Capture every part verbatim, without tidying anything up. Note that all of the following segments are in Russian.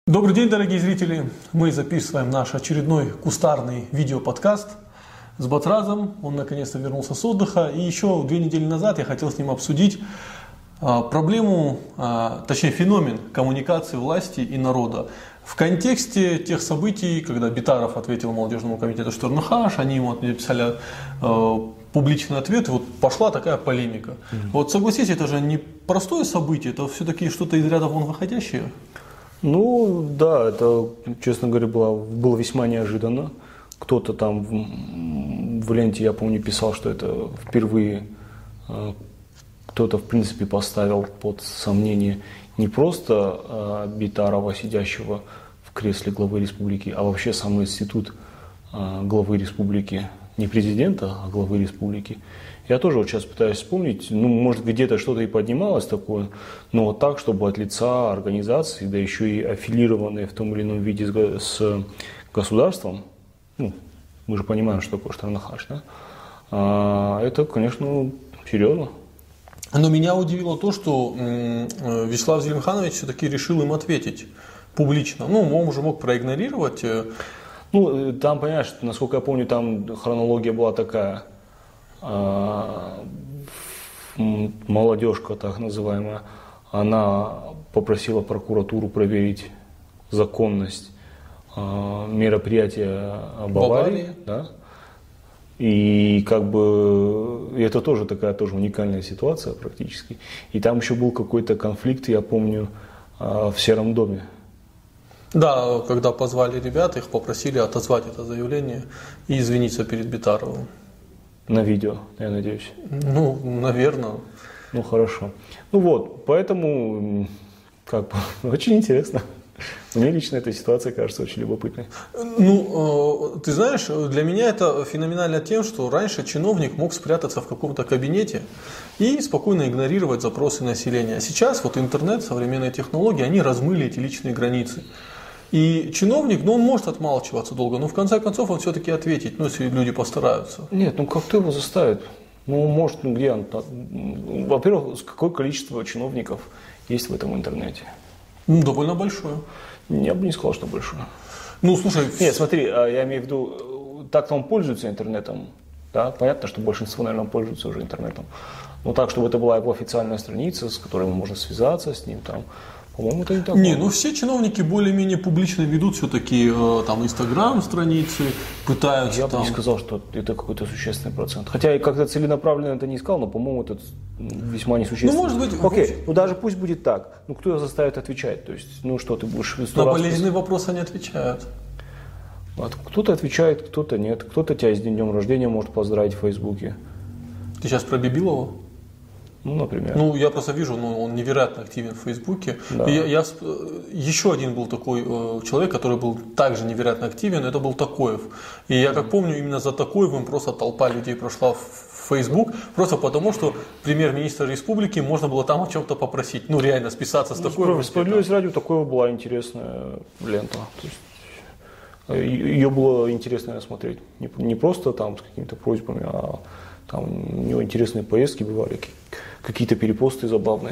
Добрый день, дорогие зрители! Мы записываем наш очередной кустарный видеоподкаст с Батразом. Он наконец-то вернулся с отдыха. И еще две недели назад я хотел с ним обсудить а, проблему, а, точнее феномен коммуникации власти и народа. В контексте тех событий, когда Битаров ответил молодежному комитету, что ну хаш, они ему написали а, публичный ответ, и вот пошла такая полемика. Mm-hmm. Вот согласитесь, это же не простое событие, это все-таки что-то из ряда вон выходящее. Ну, да, это, честно говоря, было, было весьма неожиданно. Кто-то там в, в ленте, я помню, писал, что это впервые э, кто-то, в принципе, поставил под сомнение не просто э, Битарова, сидящего в кресле главы республики, а вообще сам институт э, главы республики, не президента, а главы республики. Я тоже вот сейчас пытаюсь вспомнить, ну, может, где-то что-то и поднималось такое, но вот так, чтобы от лица организации, да еще и аффилированные в том или ином виде с, с государством, ну, мы же понимаем, что такое Штарнахаш, да? А, это, конечно, серьезно. Но меня удивило то, что м, Вячеслав Зелимханович все-таки решил им ответить публично. Ну, он уже мог проигнорировать. Ну, там, понимаешь, насколько я помню, там хронология была такая. Молодежка, так называемая, она попросила прокуратуру проверить законность мероприятия Баварии, Баварии. Да? И как бы это тоже такая тоже уникальная ситуация практически. И там еще был какой-то конфликт, я помню, в Сером доме. Да, когда позвали ребят, их попросили отозвать это заявление и извиниться перед Битаровым. На видео, я надеюсь. Ну, наверное. Ну, хорошо. Ну вот, поэтому, как бы, очень интересно. Мне лично эта ситуация кажется очень любопытной. Ну, э, ты знаешь, для меня это феноменально тем, что раньше чиновник мог спрятаться в каком-то кабинете и спокойно игнорировать запросы населения. А сейчас вот интернет, современные технологии, они размыли эти личные границы. И чиновник, ну он может отмалчиваться долго, но в конце концов он все-таки ответит, ну если люди постараются. Нет, ну как кто его заставит? Ну может, ну где он? Во-первых, какое количество чиновников есть в этом интернете? Ну довольно большое. Я бы не сказал, что большое. Ну слушай... Нет, смотри, я имею в виду, так-то он пользуется интернетом, да, понятно, что большинство, наверное, пользуется уже интернетом. Но так, чтобы это была его официальная страница, с которой можно связаться с ним, там... По-моему, это не так. Не, ну все чиновники более-менее публично ведут все-таки э, там инстаграм страницы, пытаются. Я там... бы не сказал, что это какой-то существенный процент. Хотя я как-то целенаправленно это не искал, но, по-моему, это весьма несущественно. Ну, может быть. Окей, ну даже пусть будет так. Ну кто его заставит отвечать? То есть, ну что, ты будешь... На болезненные вопросы они отвечают. Кто-то отвечает, кто-то нет. Кто-то тебя с днем рождения может поздравить в Фейсбуке. Ты сейчас про Бибилова? Ну, например. Ну, я просто вижу, ну, он невероятно активен в Фейсбуке. Да. И я, я, еще один был такой э, человек, который был также невероятно активен, это был Токоев. И я как помню, именно за Токоевым просто толпа людей прошла в Фейсбук, просто потому что премьер-министра республики можно было там о чем-то попросить. Ну, реально списаться с ну, Токоевым. Справедливость ради, у Токоева была интересная лента. То есть, ее было интересно смотреть. Не, не просто там с какими-то просьбами, а там у него интересные поездки бывали, какие-то перепосты забавные.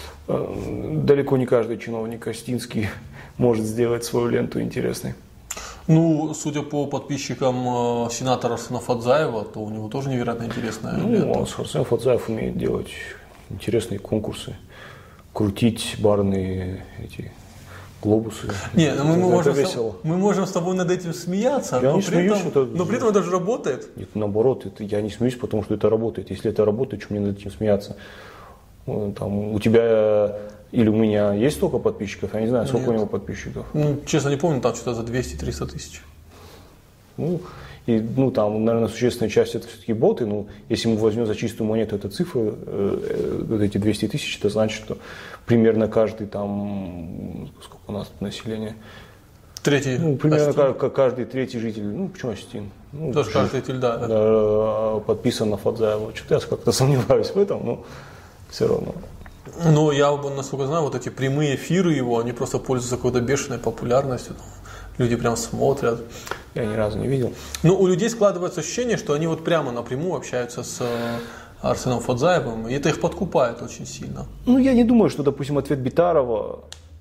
Далеко не каждый чиновник Костинский может сделать свою ленту интересной. Ну, судя по подписчикам сенатора Арсена Фадзаева, то у него тоже невероятно интересная ну, лента. Арсен Фадзаев умеет делать интересные конкурсы, крутить барные эти... глобусы. Не, ну мы, мы, можем с, мы можем с тобой над этим смеяться, я но, не при смеюсь, этом, это... но при этом это же работает. Нет, наоборот, это, я не смеюсь, потому что это работает. Если это работает, что мне над этим смеяться? Там, у тебя или у меня есть столько подписчиков? Я не знаю, сколько Нет. у него подписчиков. Ну, честно, не помню, там что-то за двести-триста тысяч. Ну, и, ну, там, наверное, существенная часть это все-таки боты. Ну, если мы возьмем за чистую монету эту цифру, э, вот эти двести тысяч, это значит, что примерно каждый там, сколько у нас тут населения? Третий. Ну, примерно каждый, каждый третий житель, ну, почему Осетин? Ну, Тоже каждый житель, да. да подписан на Фадзаева. Что-то я как-то сомневаюсь в этом, но все равно. Но я, насколько знаю, вот эти прямые эфиры его, они просто пользуются какой-то бешеной популярностью. Люди прям смотрят. Я ни разу не видел. Но у людей складывается ощущение, что они вот прямо напрямую общаются с Арсеном Фадзаевым, и это их подкупает очень сильно. Ну, я не думаю, что, допустим, ответ Битарова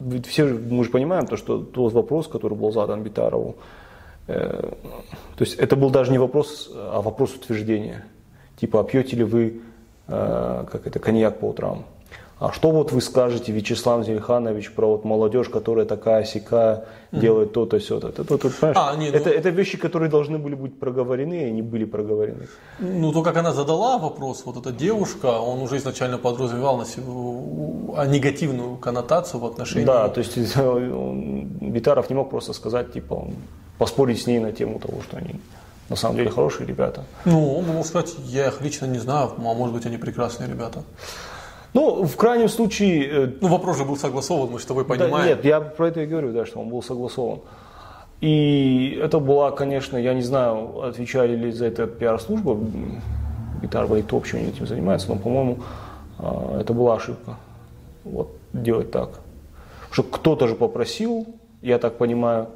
ведь все, мы же понимаем, то, что тот вопрос, который был задан Битарову, э, то есть это был даже не вопрос, а вопрос утверждения. Типа, а пьете ли вы э, как это, коньяк по утрам? А что вот вы скажете, Вячеслав Зелиханович, про вот молодежь, которая такая-сякая, mm-hmm. делает то-то, сё-то? Это, это, а, не, это, ну... это вещи, которые должны были быть проговорены, и они были проговорены. Ну, то, как она задала вопрос, вот эта девушка, он уже изначально подразумевал на себе, негативную коннотацию в отношении... Да, то есть Битаров не мог просто сказать, типа, он, поспорить с ней на тему того, что они на самом деле хорошие ребята. Ну, он мог сказать, я их лично не знаю, а может быть, они прекрасные ребята. Ну, в крайнем случае... Ну, вопрос же был согласован, мы с тобой понимаем. Да, нет, я про это и говорю, да, что он был согласован. И это была, конечно, я не знаю, отвечали ли за это пиар-служба, Битарова и то, почему они этим занимаются, но, по-моему, это была ошибка, вот, делать так. Потому что кто-то же попросил, я так понимаю,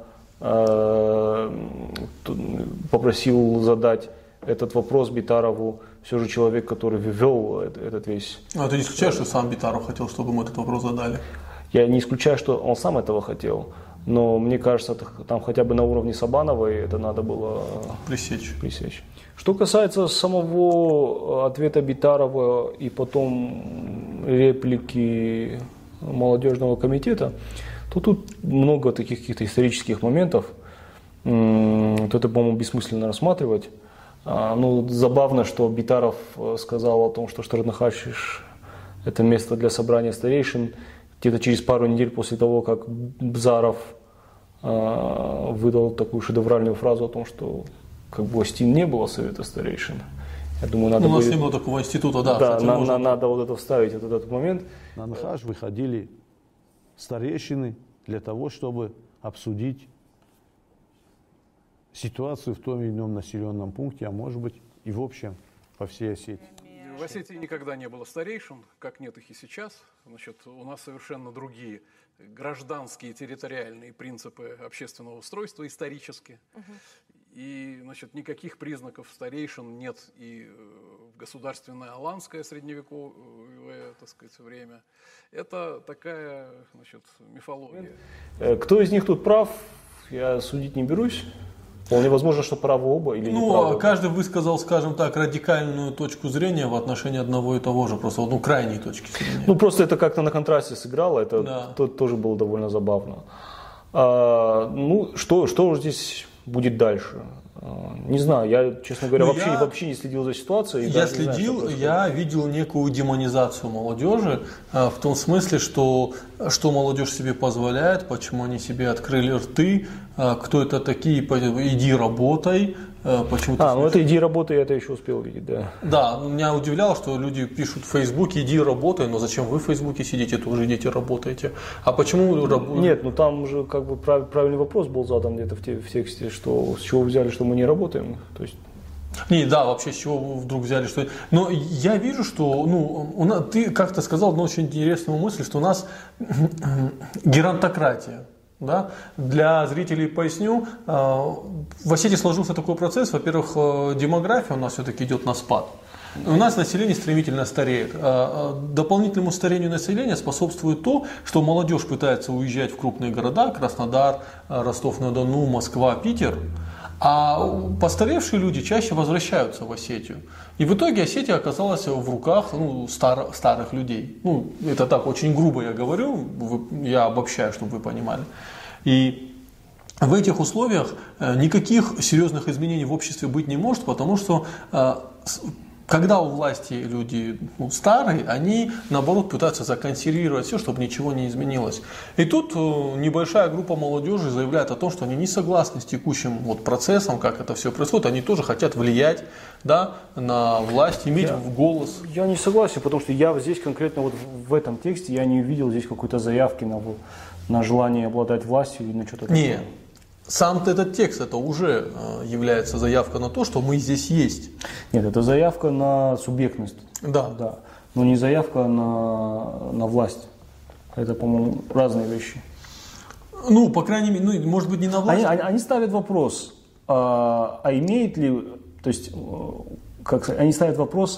попросил задать этот вопрос Битарову, все же человек, который ввел этот весь... А ты не исключаешь, что сам Битаров хотел, чтобы мы этот вопрос задали? Я не исключаю, что он сам этого хотел, но мне кажется, там хотя бы на уровне Сабановой это надо было пресечь. пресечь. Что касается самого ответа Битарова и потом реплики молодежного комитета, то тут много таких каких-то исторических моментов, то это, по-моему, бессмысленно рассматривать. Ну, забавно, что Битаров сказал о том, что Штернахачиш – это место для собрания старейшин. Где-то через пару недель после того, как Бзаров э, выдал такую шедевральную фразу о том, что как бы Остин не было совета старейшин. Я думаю, надо ну, у нас будет... не было такого института, да. Да, на, на, надо вот это вставить, вот этот момент. На Нахаш выходили старейшины для того, чтобы обсудить ситуацию в том или ином населенном пункте, а может быть и в общем по всей Осетии. В Осетии никогда не было старейшин, как нет их и сейчас. Значит, у нас совершенно другие гражданские территориальные принципы общественного устройства исторически. Угу. И, значит, никаких признаков старейшин нет и в государственное аланское средневековое, так сказать, время. Это такая, значит, мифология. Кто из них тут прав, я судить не берусь. Вполне возможно, что правы оба или ну, не правы. Ну, каждый высказал, скажем так, радикальную точку зрения в отношении одного и того же, просто ну, крайней точки зрения. Ну, просто это как-то на контрасте сыграло, это да. то, тоже было довольно забавно. А, ну, что, что же здесь будет дальше? Не знаю, я, честно говоря, вообще, я, вообще не следил за ситуацией. Я следил, знаю, я видел некую демонизацию молодежи в том смысле, что, что молодежь себе позволяет, почему они себе открыли рты, кто это такие, иди работай. Почему а, ну это иди работай, я это еще успел видеть, да. Да, меня удивляло, что люди пишут в Фейсбуке, иди работай, но зачем вы в Фейсбуке сидите, тоже идите работаете. А почему работаете? Нет, ну там же как бы прав, правильный вопрос был задан где-то в, те, в тексте, что с чего взяли, что мы не работаем. То есть... Не, да, вообще с чего вы вдруг взяли, что... Но я вижу, что, ну, у нас, ты как-то сказал одну очень интересную мысль, что у нас геронтократия. Да? Для зрителей поясню, в Осетии сложился такой процесс, во-первых, демография у нас все-таки идет на спад. У нас население стремительно стареет. Дополнительному старению населения способствует то, что молодежь пытается уезжать в крупные города, Краснодар, Ростов-на-Дону, Москва, Питер, а постаревшие люди чаще возвращаются в Осетию. И в итоге Осетия оказалась в руках ну, стар, старых людей. Ну, это так очень грубо я говорю, вы, я обобщаю, чтобы вы понимали. И в этих условиях никаких серьезных изменений в обществе быть не может, потому что когда у власти люди ну, старые, они наоборот пытаются законсервировать все, чтобы ничего не изменилось. И тут небольшая группа молодежи заявляет о том, что они не согласны с текущим вот, процессом, как это все происходит. Они тоже хотят влиять да, на власть, иметь я, голос. Я не согласен, потому что я здесь конкретно вот в этом тексте я не увидел здесь какой-то заявки на, на желание обладать властью или на что-то такое. Нет. Сам этот текст, это уже является заявка на то, что мы здесь есть. Нет, это заявка на субъектность. Да. Да. Но не заявка на, на власть. Это, по-моему, разные вещи. Ну, по крайней мере, ну, может быть, не на власть. Они, они ставят вопрос, а, а имеет ли, то есть, как сказать, они ставят вопрос,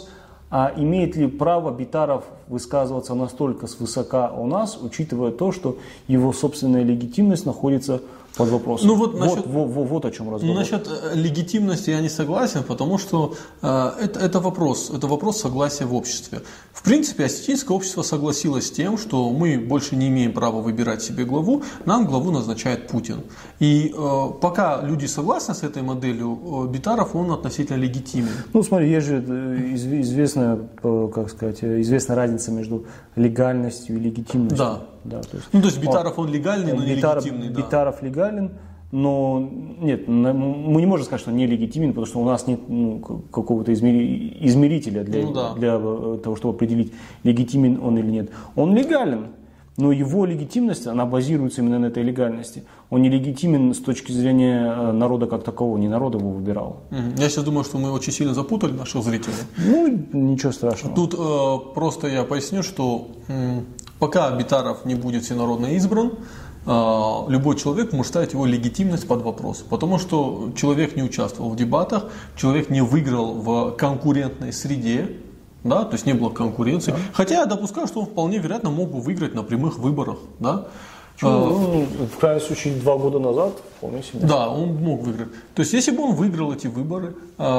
А имеет ли право Битаров высказываться настолько свысока у нас, учитывая то, что его собственная легитимность находится под вопросом? Ну вот, насчет, вот, вот, вот о чем разговор. Насчет легитимности я не согласен, потому что э, это, это вопрос, это вопрос согласия в обществе. В принципе, осетинское общество согласилось с тем, что мы больше не имеем права выбирать себе главу, нам главу назначает Путин. И э, пока люди согласны с этой моделью, э, Битаров, он относительно легитимен. Ну смотри, есть же известная, как сказать, известная разница между легальностью и легитимностью. Да. Да, то есть, ну, то есть Битаров он легальный, но не Битаров, легитимный. Да. Битаров легален, но нет, мы не можем сказать, что он не легитимен, потому что у нас нет ну, какого-то измери, измерителя для, ну, да. для того, чтобы определить, легитимен он или нет. Он легален, но его легитимность, она базируется именно на этой легальности. Он не легитимен с точки зрения народа как такового, не народ его выбирал. Я сейчас думаю, что мы очень сильно запутали наших зрителей. Ну, ничего страшного. Тут э, просто я поясню, что э, пока Битаров не будет всенародно избран, любой человек может ставить его легитимность под вопрос. Потому что человек не участвовал в дебатах, человек не выиграл в конкурентной среде, да, то есть не было конкуренции. Да. Хотя я допускаю, что он вполне вероятно мог бы выиграть на прямых выборах. Да. Ну, в крайнем случае, два года назад, вполне себе. Да, он мог выиграть. То есть, если бы он выиграл эти выборы,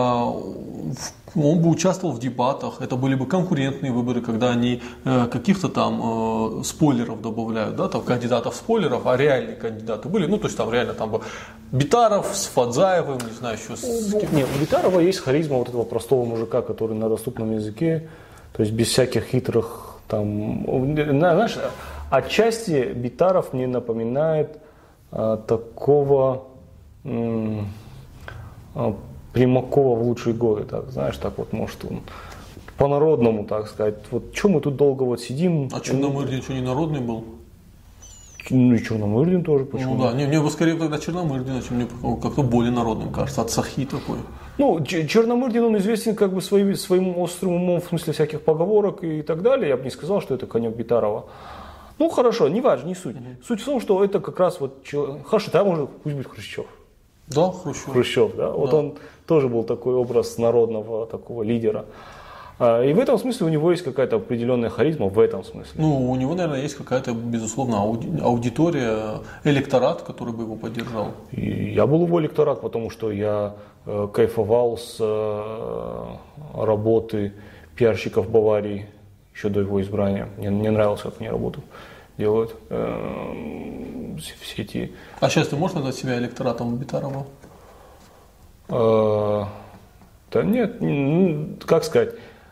он бы участвовал в дебатах, это были бы конкурентные выборы, когда они каких-то там спойлеров добавляют, да, там кандидатов спойлеров, а реальные кандидаты были, ну, то есть, там реально там бы Битаров с Фадзаевым, не знаю, еще с кем. Нет, у Битарова есть харизма вот этого простого мужика, который на доступном языке, то есть, без всяких хитрых, там, знаешь, отчасти Битаров мне напоминает а, такого м, а, Примакова в лучшие годы, так, знаешь, так вот, может, он по-народному, так сказать, вот что мы тут долго вот сидим. А Черномырдин что, не народный был? Ну и Черномырдин тоже, почему? Ну да, мне, мне бы скорее тогда Черномырдин, чем мне как-то более народным кажется, от Сахи такой. Ну, Черномырдин, он известен как бы своим, своим острым умом в смысле всяких поговорок и так далее, я бы не сказал, что это конек Битарова. Ну хорошо, не важно, не суть. Mm-hmm. Суть в том, что это как раз вот человек. Хорошо, там может пусть будет Хрущев. Да, Хрущев. Хрущев, да. Вот да. Он тоже был такой образ народного такого лидера. И в этом смысле у него есть какая-то определенная харизма, в этом смысле. Ну, у него, наверное, есть какая-то, безусловно, ауди- аудитория, электорат, который бы его поддержал. И я был его электорат, потому что я э, кайфовал с э, работы пиарщиков Баварии еще до его избрания. Мне, мне нравилось, как они работают, делают э, все эти... А сейчас ты можешь назвать себя электоратом Битарова? Э, да нет, ну, как сказать...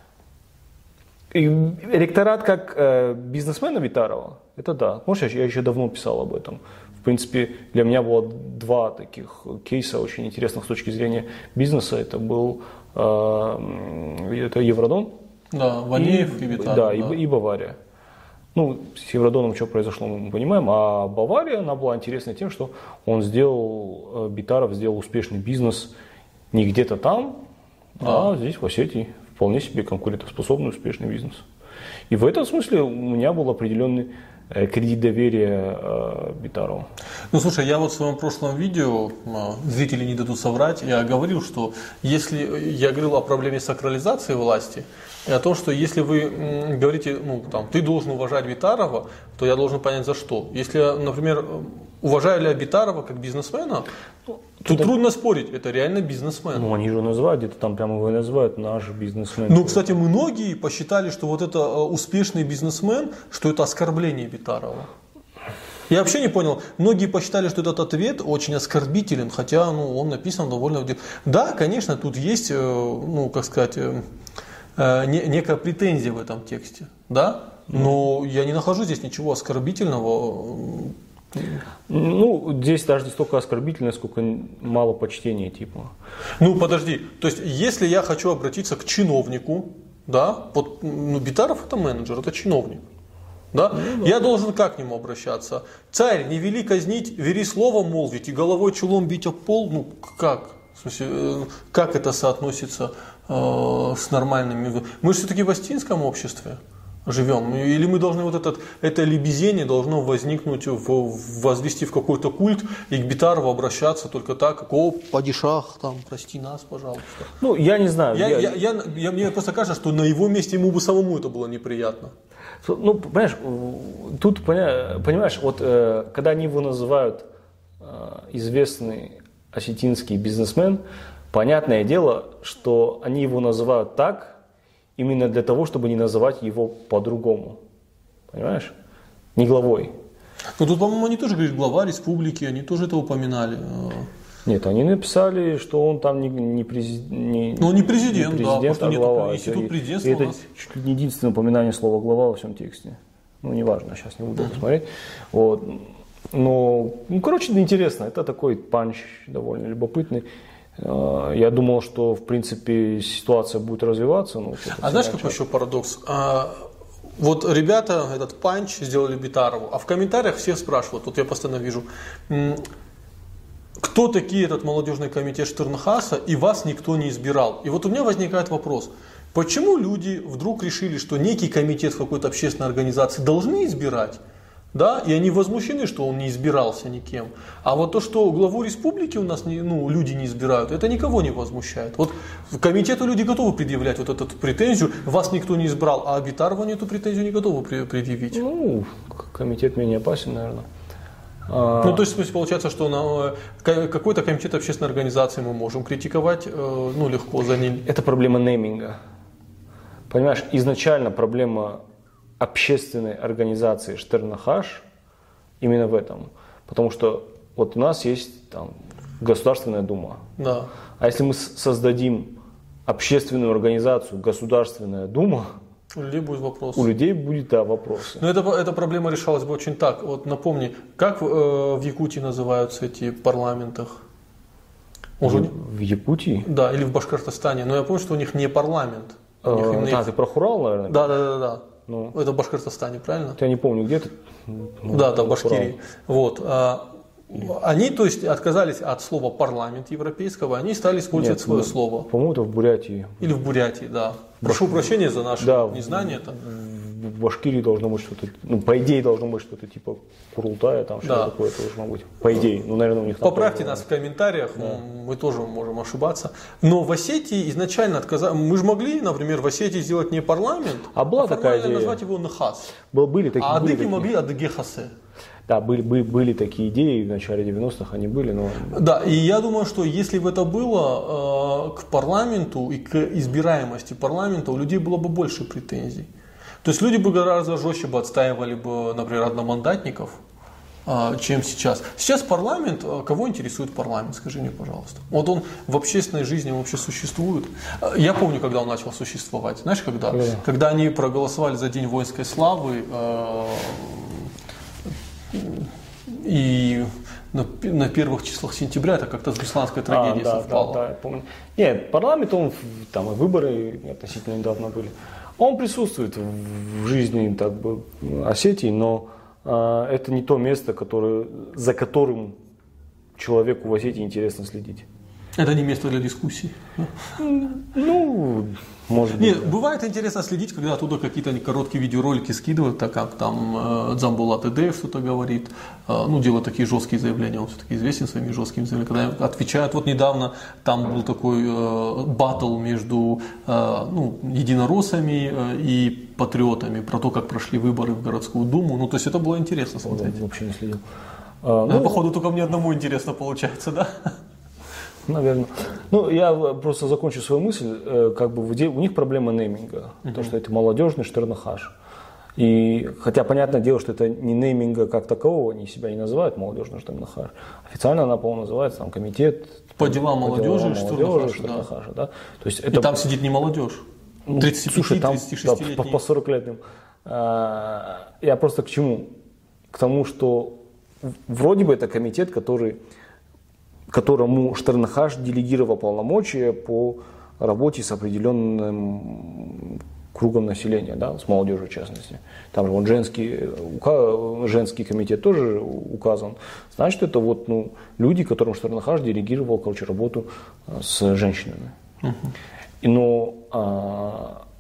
Электорат как э, бизнесмена Битарова, это да. Может, я, я еще давно писал об этом. В принципе, для меня было два таких кейса очень интересных с точки зрения бизнеса. Это был э, это Евродон. Да, Валеев и, и Битаров. Да, да. И, и Бавария. Ну, с Евродоном что произошло, мы понимаем. А Бавария, она была интересна тем, что он сделал, Битаров сделал успешный бизнес не где-то там, да. а здесь, в Осетии. Вполне себе конкурентоспособный, успешный бизнес. И в этом смысле у меня был определенный э, кредит доверия э, Битарову. Ну, слушай, я вот в своем прошлом видео, э, зрители не дадут соврать, я говорил, что если я говорил о проблеме сакрализации власти, и о том, что если вы м, говорите, ну, там, ты должен уважать Битарова, то я должен понять за что. Если, например, уважаю ли я Битарова как бизнесмена, тут это... трудно спорить, это реально бизнесмен. Ну, они же называют, где-то там прямо его и называют наш бизнесмен. Ну, кстати, многие посчитали, что вот это успешный бизнесмен, что это оскорбление Битарова. Я вообще не понял, многие посчитали, что этот ответ очень оскорбителен, хотя ну, он написан довольно... Да, конечно, тут есть, ну, как сказать, некая претензия в этом тексте, да, но я не нахожу здесь ничего оскорбительного. Ну, здесь даже не столько оскорбительно, сколько мало почтения типа. Ну, подожди, то есть, если я хочу обратиться к чиновнику, да, вот, ну, Битаров это менеджер, это чиновник, да, ну, да. Я должен как к нему обращаться? Царь, не вели казнить, вери словом молвить и головой чулом бить об пол, ну, как? В смысле, как это соотносится э, с нормальными... Мы же все-таки в астинском обществе живем? Или мы должны вот этот, это лебезение должно возникнуть, в, возвести в какой-то культ и к Битарову обращаться только так, как «О, падишах, там, прости нас, пожалуйста». Ну, я не знаю. Я, я... Я, я, я, мне просто кажется, что на его месте ему бы самому это было неприятно. Ну, понимаешь, тут, понимаешь, вот когда они его называют известный осетинский бизнесмен, понятное дело, что они его называют так именно для того, чтобы не называть его по-другому. Понимаешь? Не главой. Ну тут, по-моему, они тоже говорят, глава республики, они тоже это упоминали. Нет, они написали, что он там не, не, презид... не, ну, не президент, не президент, да, а глава. глава. Институт президентства и у это нас. чуть ли не единственное упоминание слова глава во всем тексте. Ну, неважно, сейчас не буду посмотреть. Вот. Но, ну, короче, интересно. Это такой панч довольно любопытный. Я думал, что, в принципе, ситуация будет развиваться. Но а знаешь, какой еще парадокс? А, вот ребята этот панч сделали Битарову, а в комментариях все спрашивают, вот я постоянно вижу, кто такие этот молодежный комитет Штернхаса, и вас никто не избирал. И вот у меня возникает вопрос, почему люди вдруг решили, что некий комитет в какой-то общественной организации должны избирать? Да, и они возмущены, что он не избирался никем. А вот то, что главу республики у нас не, ну, люди не избирают, это никого не возмущает. Вот комитету люди готовы предъявлять вот эту претензию, вас никто не избрал, а Битарову они эту претензию не готовы предъявить. Ну, комитет менее опасен, наверное. Ну, то есть, получается, что на какой-то комитет общественной организации мы можем критиковать, ну, легко за ним. Это проблема нейминга. Понимаешь, изначально проблема общественной организации Штернхаш именно в этом. Потому что вот у нас есть там Государственная Дума. Да. А если мы создадим общественную организацию Государственная Дума, у людей будет вопрос. У людей будет, да, вопросы. Но это, эта проблема решалась бы очень так. Вот напомни, как э, в Якутии называются эти парламентах? В, в Якутии? Да, или в Башкортостане. Но я помню, что у них не парламент. У них а, а, ты про Хурал, наверное? Да, да, да, да. Ну, это в Башкортостане, правильно? Я не помню, где ты. Ну, да, да, в Башкирии. Вот. А, они, то есть, отказались от слова парламент европейского, они стали использовать Нет, свое ну, слово. По-моему, это в Бурятии. Или в Бурятии, да. Прошу Баш... прощения за наше да, незнание. Это. В Башкирии должно быть что-то, ну, по идее, должно быть что-то типа Курултая, там что-то да. такое должно быть. По идее, ну, наверное, у них там. Поправьте нас в комментариях, да. Мы тоже можем ошибаться. Но в Осетии изначально отказали. Мы же могли, например, в Осетии сделать не парламент, а, была а такая идея. назвать его Нхас. Был, были такие, а были адыги такие. могли Адыгехасе. Да, были, были, были такие идеи, в начале девяностых они были, но... Да, и я думаю, что если бы это было э, к парламенту и к избираемости парламента, у людей было бы больше претензий. То есть люди бы гораздо жестче бы отстаивали бы, например, одномандатников, э, чем сейчас. Сейчас парламент, э, кого интересует парламент, скажи мне, пожалуйста. Вот он в общественной жизни вообще существует. Я помню, когда он начал существовать. Знаешь, когда? Да. Когда они проголосовали за День воинской славы, э, и на, на первых числах сентября это как-то с Бесланской трагедией а, да, совпало. Да, да, я помню. Нет, парламент, он, там и выборы относительно недавно были. Он присутствует в жизни так бы, Осетии, но а, это не то место, которое, за которым человеку в Осетии интересно следить. Это не место для дискуссий. Ну, может быть. Нет, бывает интересно следить, когда оттуда какие-то короткие видеоролики скидывают, так как там э, Дзамбулат Эдеев что-то говорит, э, ну, делает такие жесткие заявления, он все-таки известен своими жесткими заявлениями, когда отвечают. Вот недавно там был такой э, баттл между э, ну, единороссами э, и патриотами про то, как прошли выборы в городскую думу. Ну, то есть это было интересно смотреть. Я вообще не следил. А, ну, походу, только мне одному интересно получается, да? Наверное. Ну, я просто закончу свою мысль. Как бы у них проблема нейминга. Uh-huh. То, что это молодежный Штернхаш. И, хотя, понятное дело, что это не нейминга как такового, они себя не называют молодежный Штернхаш. Официально она, по-моему, называется там, комитет по делам молодежи Штернхаша. Да. Да? То есть это... И там сидит не молодежь. тридцать пять тридцать шесть летний. По, по сорок летним. А, я просто к чему? К тому, что вроде бы это комитет, который... которому Штернхаш делегировал полномочия по работе с определенным кругом населения, да, с молодежью в частности. Там же вот женский, женский комитет тоже указан. Значит, это вот, ну, люди, которым Штернхаш делегировал, короче, работу с женщинами. Uh-huh. И, но а,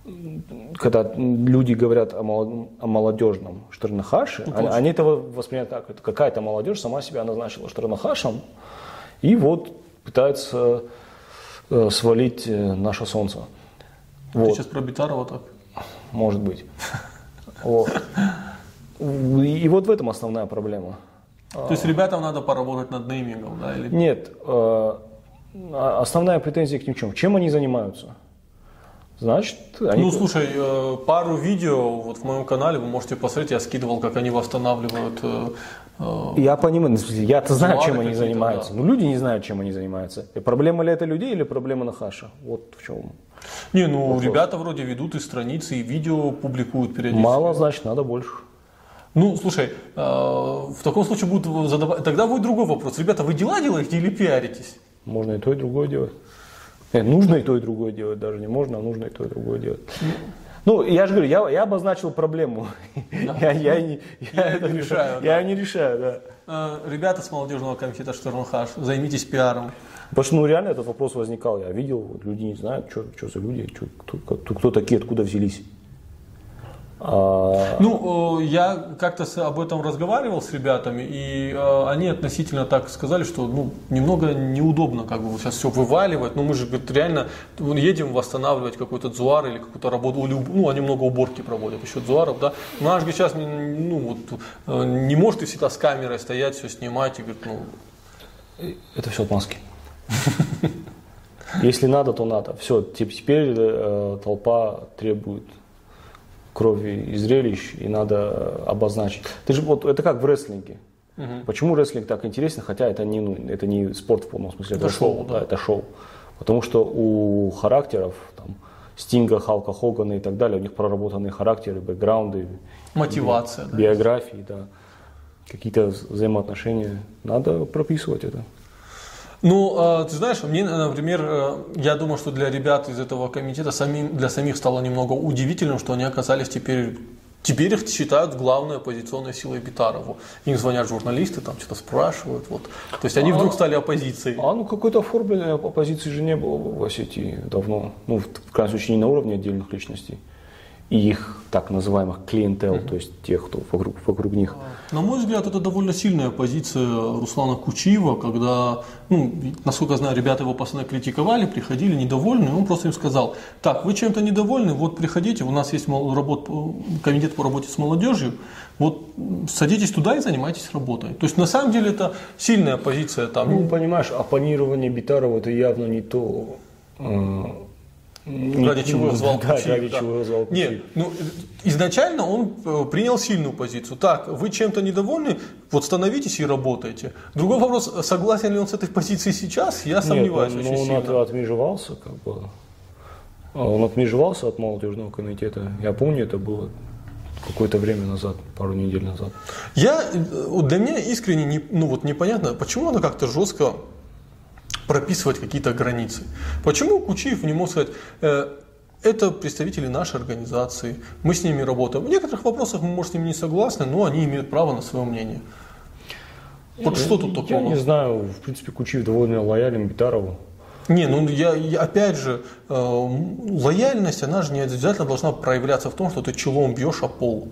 когда люди говорят о, молод, о молодежном Штернахаше, ну, они, они этого воспринимают как это какая-то молодежь сама себя назначила Штернахашем и вот пытается э, свалить э, наше солнце. Ты вот. сейчас про Битарова так? Может быть. Вот. И, и вот в этом основная проблема. То есть ребятам надо поработать над неймингом, да? Или... Нет. Э, основная претензия к ним в чем? Чем они занимаются? Значит, они... Ну, слушай, пару видео вот в моем канале вы можете посмотреть, я скидывал, как они восстанавливают. Я понимаю, я-то знаю, чем они занимаются. Да. Но люди не знают, чем они занимаются. И проблема ли это людей или проблема Нахаша? Вот в чем. Не, ну вопрос. Ребята вроде ведут и страницы, и видео публикуют периодически. Мало, значит, надо больше. Ну, слушай, в таком случае будут задавать. Тогда будет другой вопрос. Ребята, вы дела делаете или пиаритесь? Можно и то, и другое делать. Нет, нужно и то, и другое делать, даже не можно, а нужно и то, и другое делать. Ну, я же говорю, я, я обозначил проблему. Да. я, я, я, я это не решаю. Я да. не решаю, да. Ребята с молодежного комитета Штернахаш, займитесь пиаром. Потому что, ну, реально этот вопрос возникал. Я видел, вот, люди не знают, что, что за люди, что, кто, кто, кто такие, откуда взялись. А... Ну, я как-то об этом разговаривал с ребятами, и они относительно так сказали, что ну, немного неудобно как бы сейчас все вываливать, но мы же говорит, реально едем восстанавливать какой-то дзуар или какую-то работу, ну, они много уборки проводят, еще дзуаров, да, но наш сейчас ну, вот, не может и всегда с камерой стоять, все снимать, и говорит, ну... Это все отмазки. Если надо, то надо. Все, теперь э, толпа требует крови и зрелищ, и надо обозначить. Ты же вот это как в рестлинге. Угу. Почему рестлинг так интересен, хотя это не, ну, это не спорт в полном смысле, это, это шоу, да. Да, это шоу. Потому что у характеров, там, Стинга, Халка Хогана и так далее, у них проработанные характеры, бэкграунды, мотивация, би, биографии, да, какие-то взаимоотношения. Надо прописывать это. Ну, ты знаешь, мне, например, я думаю, что для ребят из этого комитета самим, для самих стало немного удивительным, что они оказались теперь, теперь их считают главной оппозиционной силой Битарову. Им звонят журналисты, там что-то спрашивают. Вот. То есть они а, вдруг стали оппозицией. А ну какой-то оформленной оппозиции же не было в Осетии давно. Ну, в крайнем случае, не на уровне отдельных личностей. И их так называемых клиентел, mm-hmm. то есть тех, кто вокруг, вокруг них. На мой взгляд, это довольно сильная позиция Руслана Кучиева, когда, ну, насколько я знаю, ребята его постоянно критиковали, приходили недовольны, и он просто им сказал, так, вы чем-то недовольны, вот приходите, у нас есть работ, комитет по работе с молодежью, вот садитесь туда и занимайтесь работой. То есть на самом деле это сильная позиция. Там. Ну, понимаешь, оппонирование Битарова это явно не то... Ради чего звал да, Кучиев. ради да. чего звал Кучиев. Нет, ну, изначально он принял сильную позицию. Так, вы чем-то недовольны, вот становитесь и работайте. Другой вопрос, согласен ли он с этой позицией сейчас, я сомневаюсь Нет, очень он, сильно. Он отмежевался, как бы. Он отмежевался от молодежного комитета. Я помню, это было какое-то время назад, пару недель назад. Я, для меня искренне не, ну, вот непонятно, почему она как-то жестко прописывать какие-то границы. Почему Кучиев не мог сказать, э, это представители нашей организации, мы с ними работаем. В некоторых вопросах мы, может, с ними не согласны, но они имеют право на свое мнение. Вот я, что тут такого? Я не знаю, в принципе, Кучиев довольно лоялен Битарову. Не, ну я, я опять же, э, лояльность, она же не обязательно должна проявляться в том, что ты челом бьешь о пол.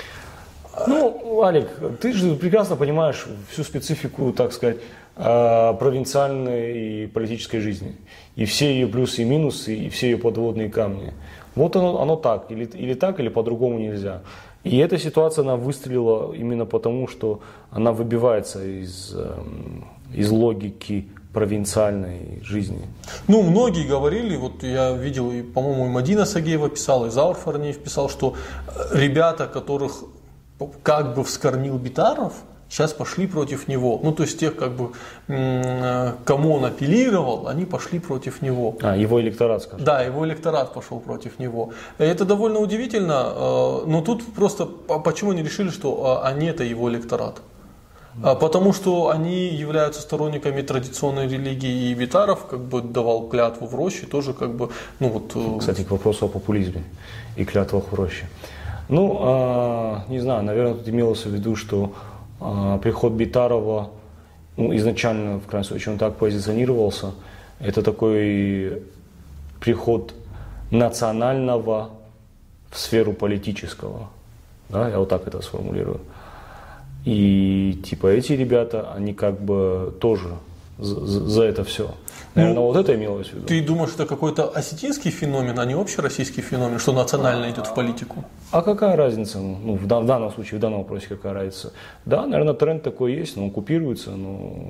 Ну, Алик, ты же прекрасно понимаешь всю специфику, так сказать, провинциальной и политической жизни. И все ее плюсы и минусы, и все ее подводные камни. Вот оно, оно так, или, или так, или по-другому нельзя. И эта ситуация, она выстрелила именно потому, что она выбивается из, из логики провинциальной жизни. Ну, многие говорили, вот я видел, и, по-моему, и Мадина Сагеева писала, и Заур Фарниев писал, что ребята, которых как бы вскормил Битаров, сейчас пошли против него. Ну, то есть тех, как бы, кому он апеллировал, они пошли против него. А, его электорат, скажем. Да, его электорат пошел против него. Это довольно удивительно, но тут просто почему они решили, что они это его электорат? Потому что они являются сторонниками традиционной религии, и Битаров как бы давал клятву в роще, тоже как бы, ну вот... Кстати, к вопросу о популизме и клятвах в роще. Ну, а, не знаю, наверное, тут имелось в виду, что а, приход Битарова, ну, изначально, в крайнем случае, он так позиционировался, это такой приход национального в сферу политического. Да, я вот так это сформулирую. И типа эти ребята, они как бы тоже за, за это все. Наверное, ну, вот это имелось в виду. Ты думаешь, это какой-то осетинский феномен, а не общероссийский феномен, что национально идет в политику? А какая разница? Ну, в, дан, в данном случае, в данном вопросе какая разница? Да, наверное, тренд такой есть, но он купируется, но...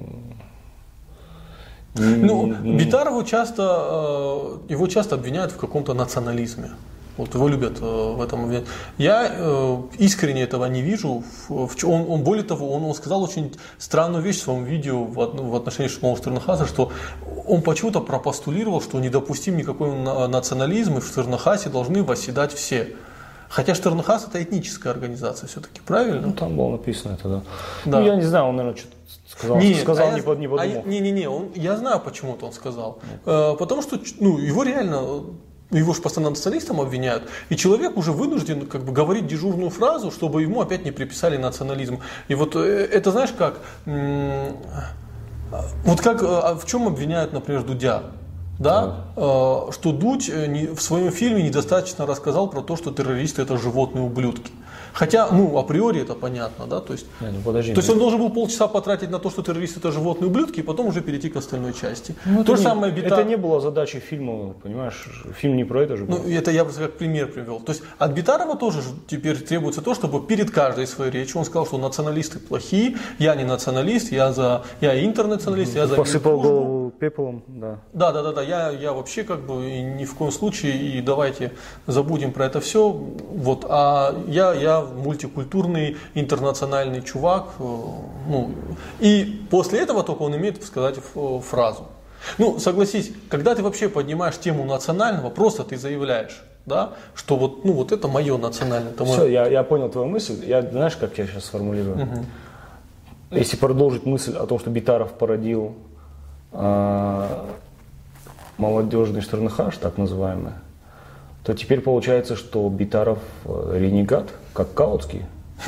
Ну, Битарову часто, его часто обвиняют в каком-то национализме. Вот его любят в этом обвинять. Я искренне этого не вижу. Он, он более того, он, он сказал очень странную вещь в своем видео в, в отношении Шмолова Штернхаса, что он почему-то пропостулировал, что недопустим никакой национализм, и в Штернхасе должны восседать все. Хотя Штернхас это этническая организация все-таки, правильно? Ну, там было написано это, да. да. Ну, я не знаю, он, наверное, что-то сказал, не, сказал а не, я, под, не подумал. Не-не-не, он, я знаю, почему-то он сказал. Э, потому что ну, его реально, его же постоянно националистом обвиняют, и человек уже вынужден как бы говорить дежурную фразу, чтобы ему опять не приписали национализм. И вот это знаешь как, вот как, в чем обвиняют, например, Дудя? Да, э, что Дудь в своем фильме недостаточно рассказал про то, что террористы это животные ублюдки. Хотя, ну, априори это понятно, да, то есть, не, ну, подожди, то есть он должен был полчаса потратить на то, что террористы это животные ублюдки, и потом уже перейти к остальной части. Ну, то это, же не, самое Бита... это не было задачей фильма, понимаешь, фильм не про это же был. Ну, это я просто как пример привел. То есть от Битарова тоже теперь требуется то, чтобы перед каждой своей речью он сказал, что националисты плохие, я не националист, я за, я интернационалист, я за посыпал голову пеплом, да. Да, да, да, да. Я, я вообще как бы ни в коем случае, и давайте забудем про это все. Вот, а я, я мультикультурный, интернациональный чувак. Ну, и после этого только он имеет сказать фразу. Ну, согласись, когда ты вообще поднимаешь тему национального, просто ты заявляешь, да, что вот, ну, вот это мое национальное. Это Все, мое... я, я понял твою мысль. Я, знаешь, как я сейчас сформулирую? Угу. Если продолжить мысль о том, что Битаров породил э, молодежный Штернхаш, так называемый, то теперь получается, что Битаров ренегат, как Каутский.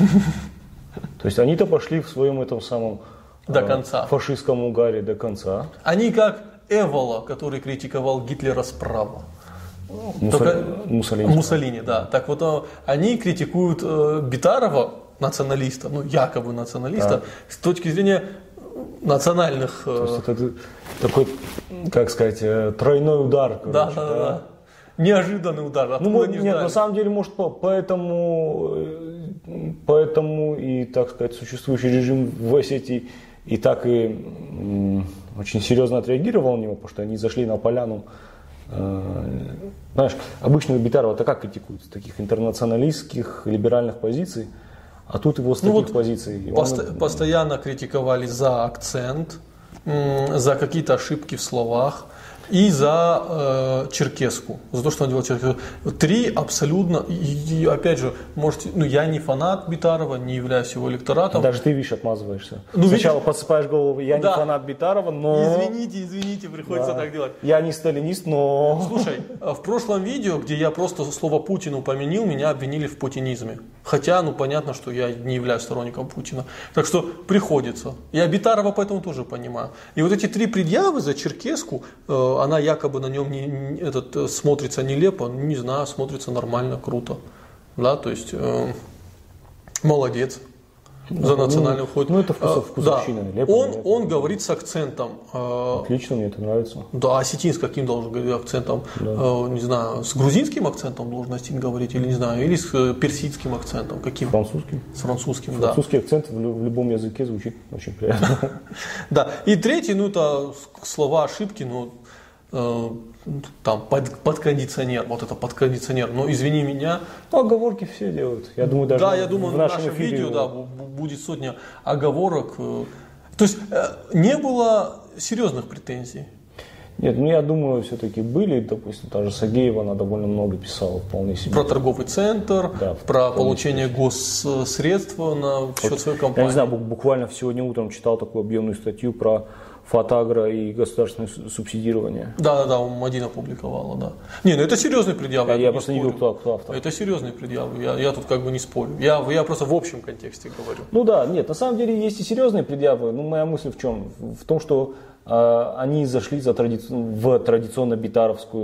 То есть они-то пошли в своем этом самом до конца. Фашистском угаре до конца. Они как Эвола, который критиковал Гитлера справа. Муссолини, Только... Муссолини, Муссолини, да. Так вот, они критикуют э, Битарова, националиста, ну якобы националиста, да. С точки зрения национальных... Э... То есть это такой, как сказать, тройной удар. Короче, да, да, да, да. Неожиданный удар. Ну, не нет, на самом деле, может, поэтому, поэтому и, так сказать, существующий режим в Осетии и так и м, очень серьезно отреагировал на него, потому что они зашли на поляну. Э, знаешь, обычно Битарова-то как критикуют? С таких интернационалистских, либеральных позиций, а тут его с таких ну, вот позиций. Пост- он... Постоянно критиковали за акцент, м, за какие-то ошибки в словах. И за э, черкеску, за то, что он делал черкеску. Три абсолютно, и, и опять же, можете, ну я не фанат Битарова, не являюсь его электоратом. Даже ты, видишь, отмазываешься. Ну, Сначала видишь? Подсыпаешь голову, я да. не фанат Битарова, но... Извините, извините, приходится да. так делать. Я не сталинист, но... Слушай, в прошлом видео, где я просто слово Путин упомянул, меня обвинили в путинизме. Хотя, ну понятно, что я не являюсь сторонником Путина. Так что приходится. Я Битарова поэтому тоже понимаю. И вот эти три предъявы за черкеску, э, она якобы на нем не, не, этот, смотрится нелепо, не знаю, смотрится нормально, круто. Да, то есть э, молодец. За национальный уход. Ну, это вкус, вкусовщина. Да. Нелепо, он, нелепо. он говорит с акцентом. Отлично, мне это нравится. Да, осетин с каким должен говорить акцентом? Да. Э, не знаю, с грузинским акцентом должен осетин говорить, или не знаю, или с персидским акцентом. Каким? Французским. С французским, да. Французский акцент в любом языке звучит очень приятно. Да. И третий, ну это слова ошибки, ну там под, под кондиционер, вот это под кондиционер, но извини меня. Ну, оговорки все делают. Я думаю, даже да, я думаю, в нашем, нашем нашем видео да, будет сотня оговорок. То есть не было серьезных претензий. Нет, ну я думаю, все-таки были, допустим, та же Сагеева, она довольно много писала вполне себе. Про торговый центр, да, про получение госсредств на счет вот, своей компании. Я не знаю, буквально сегодня утром читал такую объемную статью про Фотагро и государственное субсидирование. Да, да, да, он один опубликовал, да. Не, ну это серьезный предъяв. Я, я, я просто не видел, кто, кто автор. Это серьезный предъяв, я, я тут как бы не спорю. Я, я просто в общем контексте говорю. Ну да, нет, на самом деле есть и серьезные предъявы. Ну, моя мысль в чем? В том, что э, они зашли за тради... в традиционно битаровскую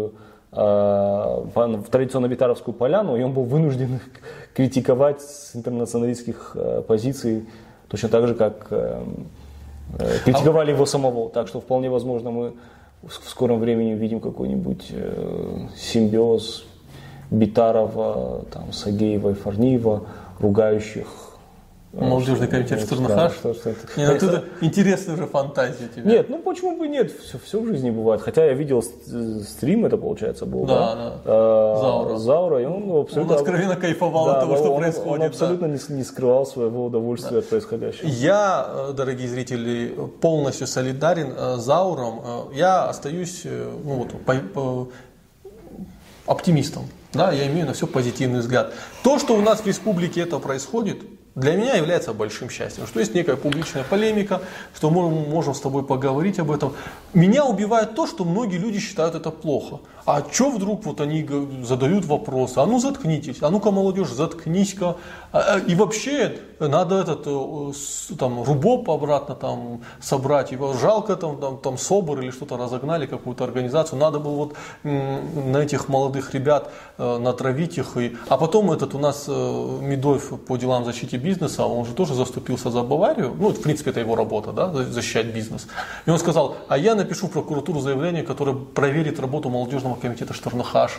в традиционно Битаровскую поляну, и он был вынужден критиковать с интернационалистских позиций, точно так же, как критиковали его самого. Так что вполне возможно мы в скором времени увидим какой-нибудь симбиоз Битарова, там, Сагеева и Фарниева, ругающих молодежный комитет Штурнахаш. Да, что, что не, ну, это интересная же фантазия тебе. Нет, ну почему бы нет, все, все в жизни бывает. Хотя я видел стрим, это получается был, да, да, да. А, Заура. Заура, и он абсолютно... Он откровенно кайфовал да, от того, он, что он, происходит. Он абсолютно да. не, не скрывал своего удовольствия да. от происходящего. Я, дорогие зрители, полностью солидарен с Зауром. Я остаюсь ну, вот, по, по, оптимистом. Да, я имею на все позитивный взгляд. То, что у нас в республике это происходит, для меня является большим счастьем, что есть некая публичная полемика, что мы можем с тобой поговорить об этом. Меня убивает то, что многие люди считают это плохо. А что вдруг вот они задают вопросы, а ну заткнитесь, а ну-ка молодежь, заткнись-ка. И вообще надо этот там, РУБОП обратно там, собрать, его жалко там, там, там СОБР или что-то разогнали, какую-то организацию, надо было вот на этих молодых ребят натравить их. И... А потом этот у нас Медоев по делам защиты бизнеса, он же тоже заступился за Баварию, ну в принципе это его работа, да, защищать бизнес. И он сказал, а я напишу в прокуратуру заявление, которое проверит работу молодежного комитета Штурнахаш.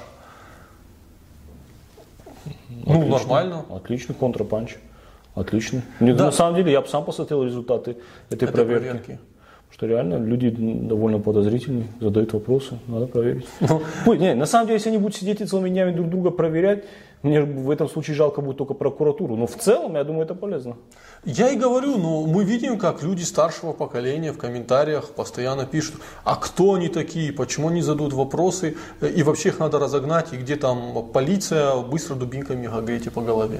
Ну, отлично, нормально. Отличный контрапанч. Отлично. Да. На самом деле, я бы сам посмотрел результаты этой, этой проверки. проверки. Что реально люди довольно подозрительные, задают вопросы, надо проверить. Ну. Ой, не, на самом деле, если они будут сидеть и целыми днями друг друга проверять, мне в этом случае жалко будет только прокуратуру. Но в целом, я думаю, это полезно. Я и говорю, но мы видим, как люди старшего поколения в комментариях постоянно пишут, а кто они такие, почему они задают вопросы, и вообще их надо разогнать, и где там полиция быстро дубинками гагайте по голове.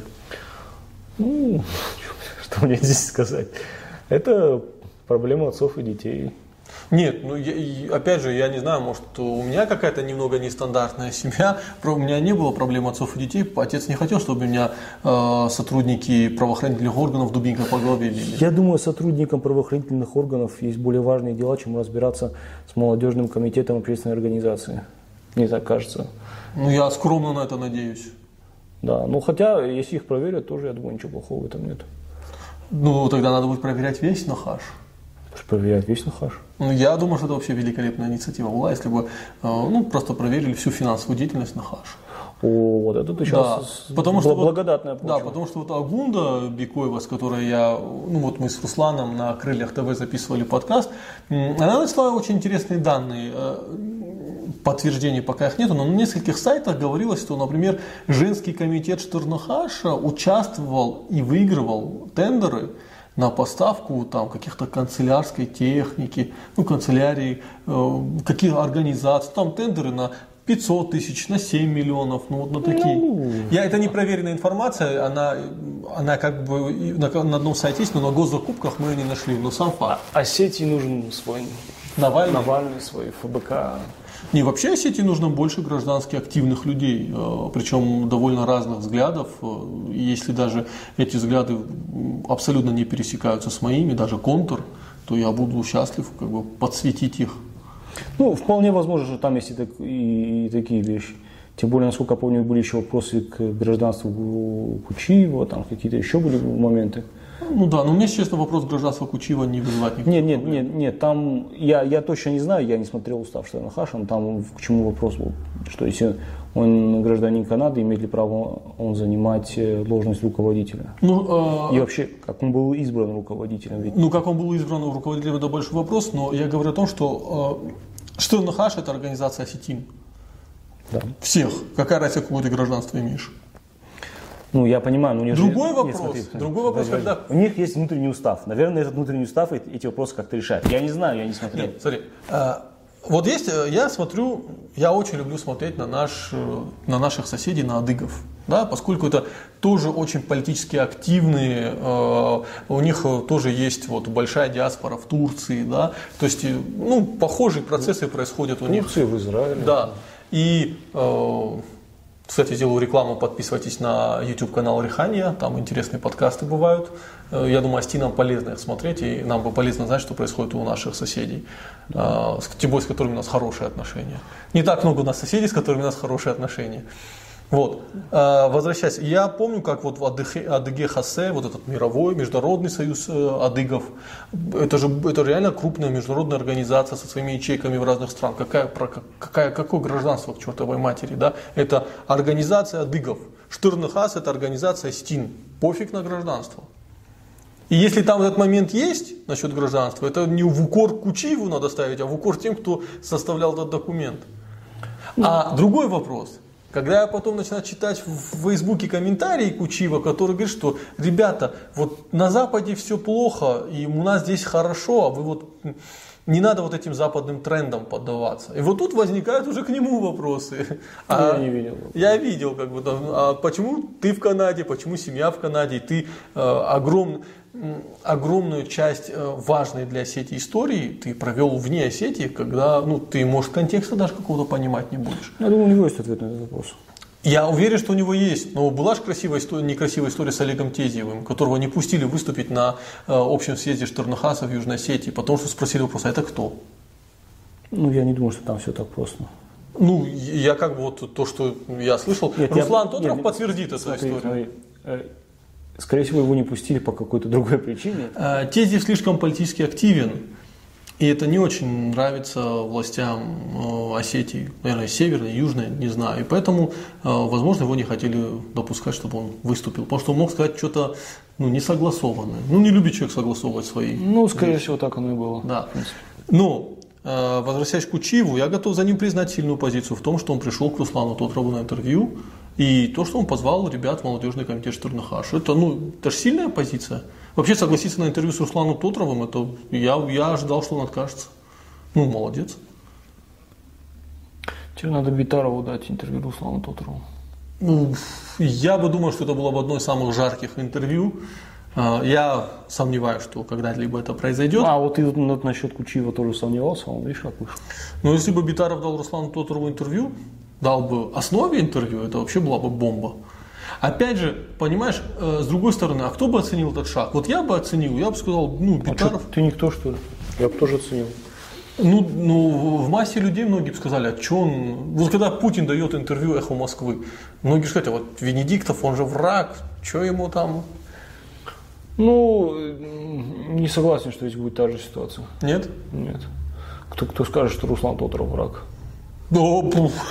Ну, что мне здесь сказать? Это проблема отцов и детей. Нет, ну я, опять же, я не знаю, может у меня какая-то немного нестандартная семья, у меня не было проблем отцов и детей, отец не хотел, чтобы у меня э, сотрудники правоохранительных органов дубинкой по голове били. Я думаю, сотрудникам правоохранительных органов есть более важные дела, чем разбираться с молодежным комитетом общественной организации. Мне так кажется. Ну я скромно на это надеюсь. Да, ну хотя, если их проверят, тоже, я думаю, ничего плохого в этом нет. Ну тогда надо будет проверять весь Нахаш. Проверять весь Нахаш? Ну, я думаю, что это вообще великолепная инициатива была, если бы ну, просто проверили всю финансовую деятельность Нахаша. О, вот это ты сейчас да, потому что благодатная почва. Да, потому что вот Агунда Бекоева, с которой я, ну вот мы с Русланом на Крыльях ТВ записывали подкаст, она нашла очень интересные данные. Подтверждений пока их нету, но на нескольких сайтах говорилось, что, например, женский комитет Штурнахаша участвовал и выигрывал тендеры на поставку там, каких-то канцелярской техники, ну, канцелярии, э, каких организаций, там тендеры на пятьсот тысяч, на семь миллионов, ну вот на такие. Ну, Я, это не проверенная информация, она, она как бы на, на одном сайте есть, но на госзакупках мы ее не нашли, но сам факт. А, а сети нужен свой Навальный, Навальный свой ФБК. Не, вообще Осетии нужно больше граждански активных людей, причем довольно разных взглядов. Если даже эти взгляды абсолютно не пересекаются с моими, даже контур, то я буду счастлив как бы подсветить их. Ну, вполне возможно, что там есть и, так, и, и такие вещи. Тем более, насколько я помню, были еще вопросы к гражданству Кучиева, там какие-то еще были моменты. Ну да, но мне, честно, вопрос гражданства Кучиева не вызывает никаких нет, нет, проблем. Нет, нет, там, я, я точно не знаю, я не смотрел устав Штурнахаша, там к чему вопрос был, что если он гражданин Канады, имеет ли право он занимать должность руководителя? Ну, э, и вообще, как он был избран руководителем? Ведь... Ну, как он был избран руководителем, это большой вопрос, но я говорю о том, что э, Штурнахаш – это организация осетин. Да. Всех. Какая разница, какое ты гражданство имеешь? Ну, я понимаю, но у них другой же... вопрос, Нет, смотри, смотри, другой вопрос, смотри, когда... У них есть внутренний устав. Наверное, этот внутренний устав эти вопросы как-то решает. Я не знаю, я не смотрел. Нет, смотри, а, вот есть, я смотрю, я очень люблю смотреть на, наш, на наших соседей, на адыгов. Да, поскольку это тоже очень политически активные, э, у них тоже есть вот большая диаспора в Турции, да, то есть, ну, похожие процессы происходят у них. В Турции, в Израиле. Да, и... Э, Кстати, сделаю рекламу, подписывайтесь на YouTube-канал Рихания, там интересные подкасты бывают. Я думаю, Астинам полезно их смотреть, и нам бы полезно знать, что происходит у наших соседей, да. Тем более, с которыми у нас хорошие отношения. Не так много у нас соседей, с которыми у нас хорошие отношения. Вот. Возвращаясь, я помню, как вот в Адыге Хасе, вот этот мировой, международный союз адыгов, это же это реально крупная международная организация со своими ячейками в разных странах. Какая, какая, какое гражданство к чертовой матери, да? Это организация адыгов. Штырны Хас это организация СТИН. Пофиг на гражданство. И если там этот момент есть насчет гражданства, это не в укор Кучиеву надо ставить, а в укор тем, кто составлял этот документ. А другой вопрос. Когда я потом начинаю читать в Фейсбуке комментарии Кучиева, который говорит, что ребята, вот на Западе все плохо, и у нас здесь хорошо, а вы вот не надо вот этим западным трендам поддаваться. И вот тут возникают уже к нему вопросы. А, я не видел. Я видел, как бы, а почему ты в Канаде, почему семья в Канаде, и ты э, огром, огромную часть э, важной для Осетии истории ты провел вне Осетии, когда ну, ты, может, контекста даже какого-то понимать не будешь. Я думаю, у него есть ответ на этот вопрос. Я уверен, что у него есть, но была же красивая история, некрасивая история с Олегом Тезиевым, которого не пустили выступить на э, общем съезде Штырны-Хаса в Южной Осетии, потому что спросили вопрос, а это кто? Ну, я не думаю, что там все так просто. Ну, я как бы вот то, что я слышал, нет, Руслан я, Тотров нет, подтвердит эту смотри, историю. Смотри, э, скорее всего, его не пустили по какой-то другой причине. Э, Тезиев слишком политически активен. И это не очень нравится властям э, Осетии, наверное, северной, южной, не знаю. И поэтому, э, возможно, его не хотели допускать, чтобы он выступил. Потому что он мог сказать что-то ну, несогласованное. Ну, не любит человек согласовывать свои. Ну, скорее вещи. всего, так оно и было. Да. Но, э, возвращаясь к Кучиеву, я готов за ним признать сильную позицию в том, что он пришел к Руслану Тотрову на интервью. И то, что он позвал ребят в молодежный комитет Штырны-Хаш. Это, ну, это же сильная позиция. Вообще согласиться на интервью с Русланом Тотровым, это я, я ожидал, что он откажется. Ну, молодец. Тебе надо Битарову дать интервью Руслану Тотрову. Ну, я бы думал, что это было бы одно из самых жарких интервью. Я сомневаюсь, что когда-либо это произойдет. А вот ты вот насчет Кучиева тоже сомневался, он видишь, как вышел. Но если бы Битаров дал Руслану Тотрову интервью, дал бы основе интервью, это вообще была бы бомба. Опять же, понимаешь, э, с другой стороны, а кто бы оценил этот шаг? Вот я бы оценил, я бы сказал, ну, Битаров... А ты никто, что ли? Я бы тоже оценил. Ну, ну, в массе людей многие бы сказали, а что он... Вот когда Путин дает интервью «Эхо Москвы», многие сказали, а вот Венедиктов, он же враг, что ему там... Ну, не согласен, что здесь будет та же ситуация. Нет? Нет. Кто, кто скажет, что Руслан Тотров враг? Ну,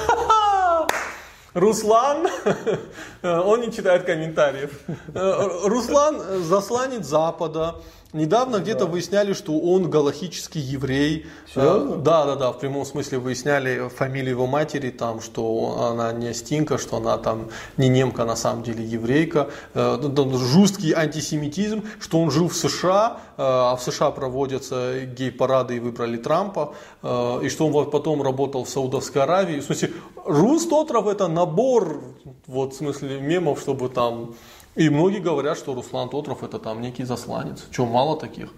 Руслан, он не читает комментариев. Руслан засланец Запада. Недавно где-то выясняли, что он галахический еврей. Серьезно? Да, да, да, в прямом смысле выясняли фамилию его матери, там, что она не астинка, что она там не немка, а на самом деле еврейка. Жесткий антисемитизм, что он жил в США, а в США проводятся гей-парады и выбрали Трампа, и что он потом работал в Саудовской Аравии. В смысле, Рус Тотров это набор, вот в смысле мемов, чтобы там... И многие говорят, что Руслан Тотров это там некий засланец. Чего, мало таких?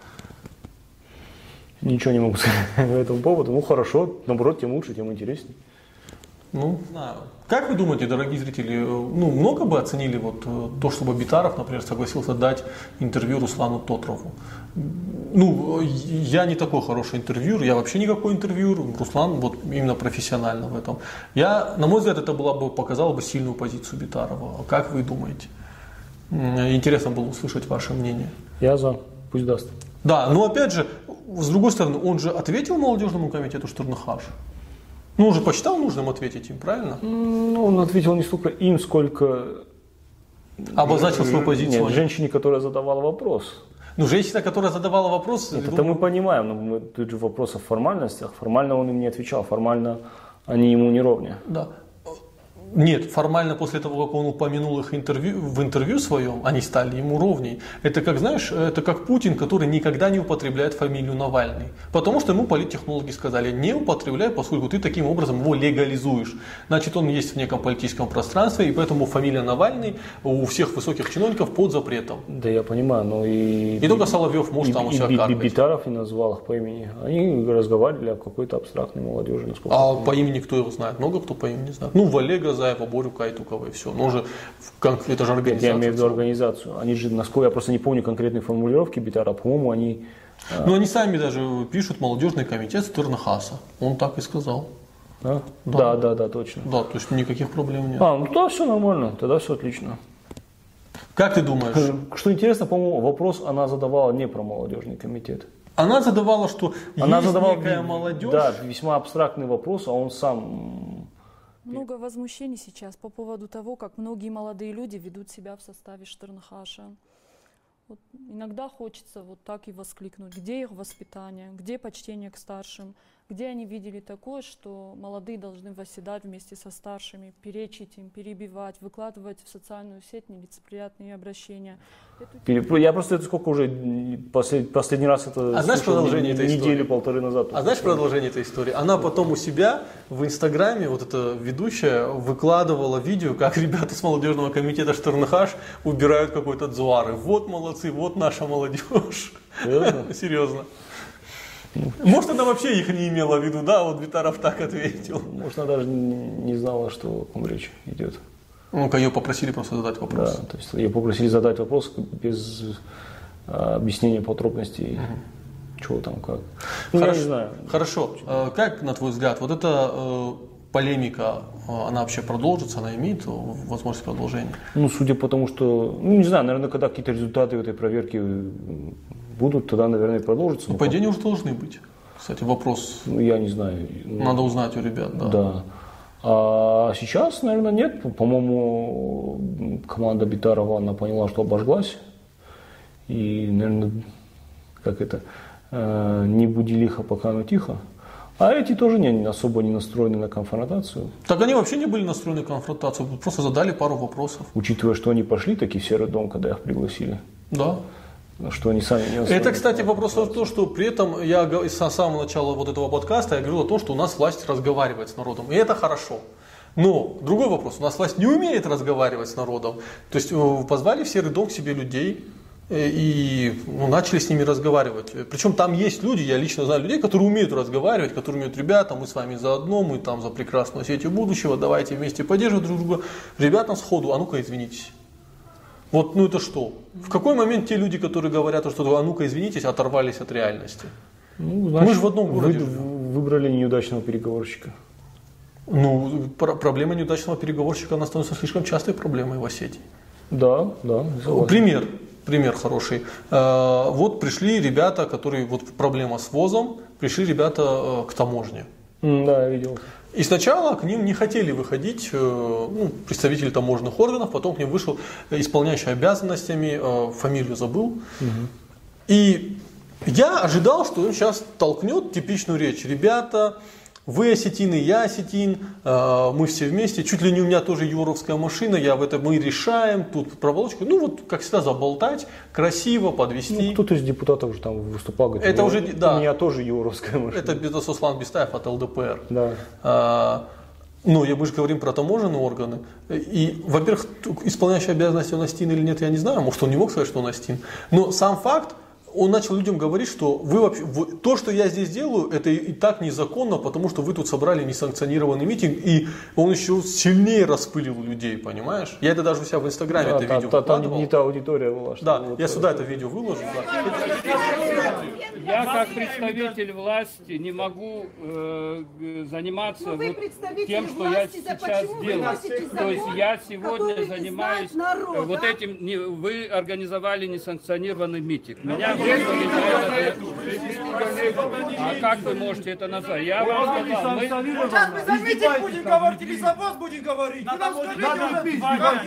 Ничего не могу сказать по этому поводу. Ну хорошо, наоборот, тем лучше, тем интереснее. Ну, знаю. Как вы думаете, дорогие зрители, ну, много бы оценили вот то, чтобы Битаров, например, согласился дать интервью Руслану Тотрову? Ну, я не такой хороший интервьюер, я вообще никакой интервьюер, Руслан вот именно профессионально в этом. Я, на мой взгляд, это была бы, показало бы сильную позицию Битарова. Как вы думаете? Интересно было услышать ваше мнение. Я за. Пусть даст. Да, но опять же, с другой стороны, он же ответил молодежному комитету Штырны-Хаш. Ну, он же посчитал нужным ответить им, правильно? Ну, он ответил не столько им, сколько... Обозначил свою позицию. Нет, женщине, которая задавала вопрос. Ну, женщина, которая задавала вопрос... Нет, это мы понимаем, но мы, тут же вопрос о формальностях. Формально он им не отвечал, формально они ему не ровня. Да. Нет, формально после того, как он упомянул их интервью, в интервью своем, они стали ему ровней. Это как, знаешь, это как Путин, который никогда не употребляет фамилию Навальный. Потому что ему политтехнологи сказали, не употребляй, поскольку ты таким образом его легализуешь. Значит, он есть в неком политическом пространстве, и поэтому фамилия Навальный у всех высоких чиновников под запретом. Да, я понимаю, но и... И только Соловьев может и, там у и, себя и, каркать. И Битаров не назвал их по имени. Они разговаривали о какой-то абстрактной молодежи. А по имени кто его знает? Много кто по имени знает. Ну, Валега Газаева, Борю Кайтукова и все. Но уже, это же организация. Я имею в виду организацию. Они же, насколько я просто не помню конкретные формулировки Битара, по-моему, они... Ну, они сами даже пишут молодежный комитет Стырнахаса. Он так и сказал. А? Да. да, да, да, точно. Да, то есть никаких проблем нет. А, ну тогда все нормально, тогда все отлично. Как ты думаешь? Что интересно, по-моему, вопрос она задавала не про молодежный комитет. Она задавала, что она есть задавала, некая молодежь. Да, весьма абстрактный вопрос, а он сам... Много возмущений сейчас по поводу того, как многие молодые люди ведут себя в составе Штернхаша. Вот иногда хочется вот так и воскликнуть, где их воспитание, где почтение к старшим, где они видели такое, что молодые должны восседать вместе со старшими, перечить им, перебивать, выкладывать в социальную сеть нелицеприятные обращения. Эту... Я просто это сколько уже, послед... последний раз это а знаешь продолжение этой истории? Недели полторы назад. А знаешь продолжение этой истории? Она потом у себя в Инстаграме, вот эта ведущая, выкладывала видео, как ребята с молодежного комитета Штернхаш убирают какой-то дзуар. Вот молодцы, вот наша молодежь. Серьезно. Может, она вообще их не имела в виду, да? Вот Битаров так ответил. Может, она даже не знала, что о ком речь идет. Ну-ка, ее попросили просто задать вопрос. Да, то есть ее попросили задать вопрос без а, объяснения подробностей, угу. чего там, как. Ну, Хорошо. Я не знаю. Хорошо. Как, на твой взгляд, вот эта э, полемика, она вообще продолжится, она имеет возможность продолжения? Ну, судя по тому, что, ну, не знаю, наверное, когда какие-то результаты этой проверки будут, тогда, наверное, продолжится. Ну, по идее, уже должны быть. Кстати, вопрос. Ну, я не знаю. Надо узнать у ребят, да. Да. А сейчас, наверное, нет. По-моему, команда Битарова, она поняла, что обожглась. И, наверное, как это, не буди лихо, пока оно тихо. А эти тоже не, особо не настроены на конфронтацию. Так они вообще не были настроены на конфронтацию, просто задали пару вопросов. Учитывая, что они пошли таки в Серый дом, когда их пригласили. Да. Что они сами не Это, кстати, вопрос в том, что при этом я с самого начала вот этого подкаста я говорил о том, что у нас власть разговаривает с народом. И это хорошо. Но другой вопрос, у нас власть не умеет разговаривать с народом. То есть позвали в Серый дом к себе людей и ну, начали с ними разговаривать. Причем там есть люди, я лично знаю людей, которые умеют разговаривать, которые умеют, ребята, мы с вами заодно, мы там за прекрасную Осетию будущего, давайте вместе поддерживать друг друга. Ребятам сходу, а ну-ка извинитесь. Вот, ну это что? В какой момент те люди, которые говорят, что а ну-ка извинитесь, оторвались от реальности? Ну, значит, мы же в одном городе вы, выбрали неудачного переговорщика. Ну, про- проблема неудачного переговорщика, она становится слишком частой проблемой в Осетии. Да, да. Согласен. Пример, пример хороший. Э, вот пришли ребята, которые, вот проблема с ВОЗом, пришли ребята э, к таможне. Mm, да, я видел. И сначала к ним не хотели выходить э, ну, представители таможенных органов, потом к ним вышел исполняющий обязанностями, э, фамилию забыл. Угу. И я ожидал, что он сейчас толкнет типичную речь. Ребята, вы осетины, я осетин, э, мы все вместе, чуть ли не у меня тоже юровская машина, я в этом, мы решаем, тут проволочку. Ну вот, как всегда, заболтать, красиво подвести. Ну, кто-то из депутатов уже там выступал, говорит, это уже, да, у меня тоже юровская машина. Это Бетасослан Бистаев от эл дэ пэ эр. Да. А, ну, мы же говорим про таможенные органы. И, во-первых, исполняющий обязанности он астин или нет, я не знаю. Может, он не мог сказать, что он астин. Но сам факт, он начал людям говорить, что вы вообще, вы, то, что я здесь делаю, это и, и так незаконно, потому что вы тут собрали несанкционированный митинг, и он еще сильнее распылил людей, понимаешь? Я это даже у себя в Инстаграме да, это та, видео та, выкладывал. Там не та аудитория была. Да, вот я это. сюда это видео выложу. Да. Я как представитель власти не могу э, заниматься ну, вот тем, что власти, я сейчас делаю. То есть я сегодня занимаюсь народ, вот а? этим. Не, вы организовали несанкционированный митинг. Меня вызвали за это. А как вы можете это назвать? Я вам сказал. Мы... Сейчас мы за митинг будем говорить или за вас будем говорить? Вы нам скажите,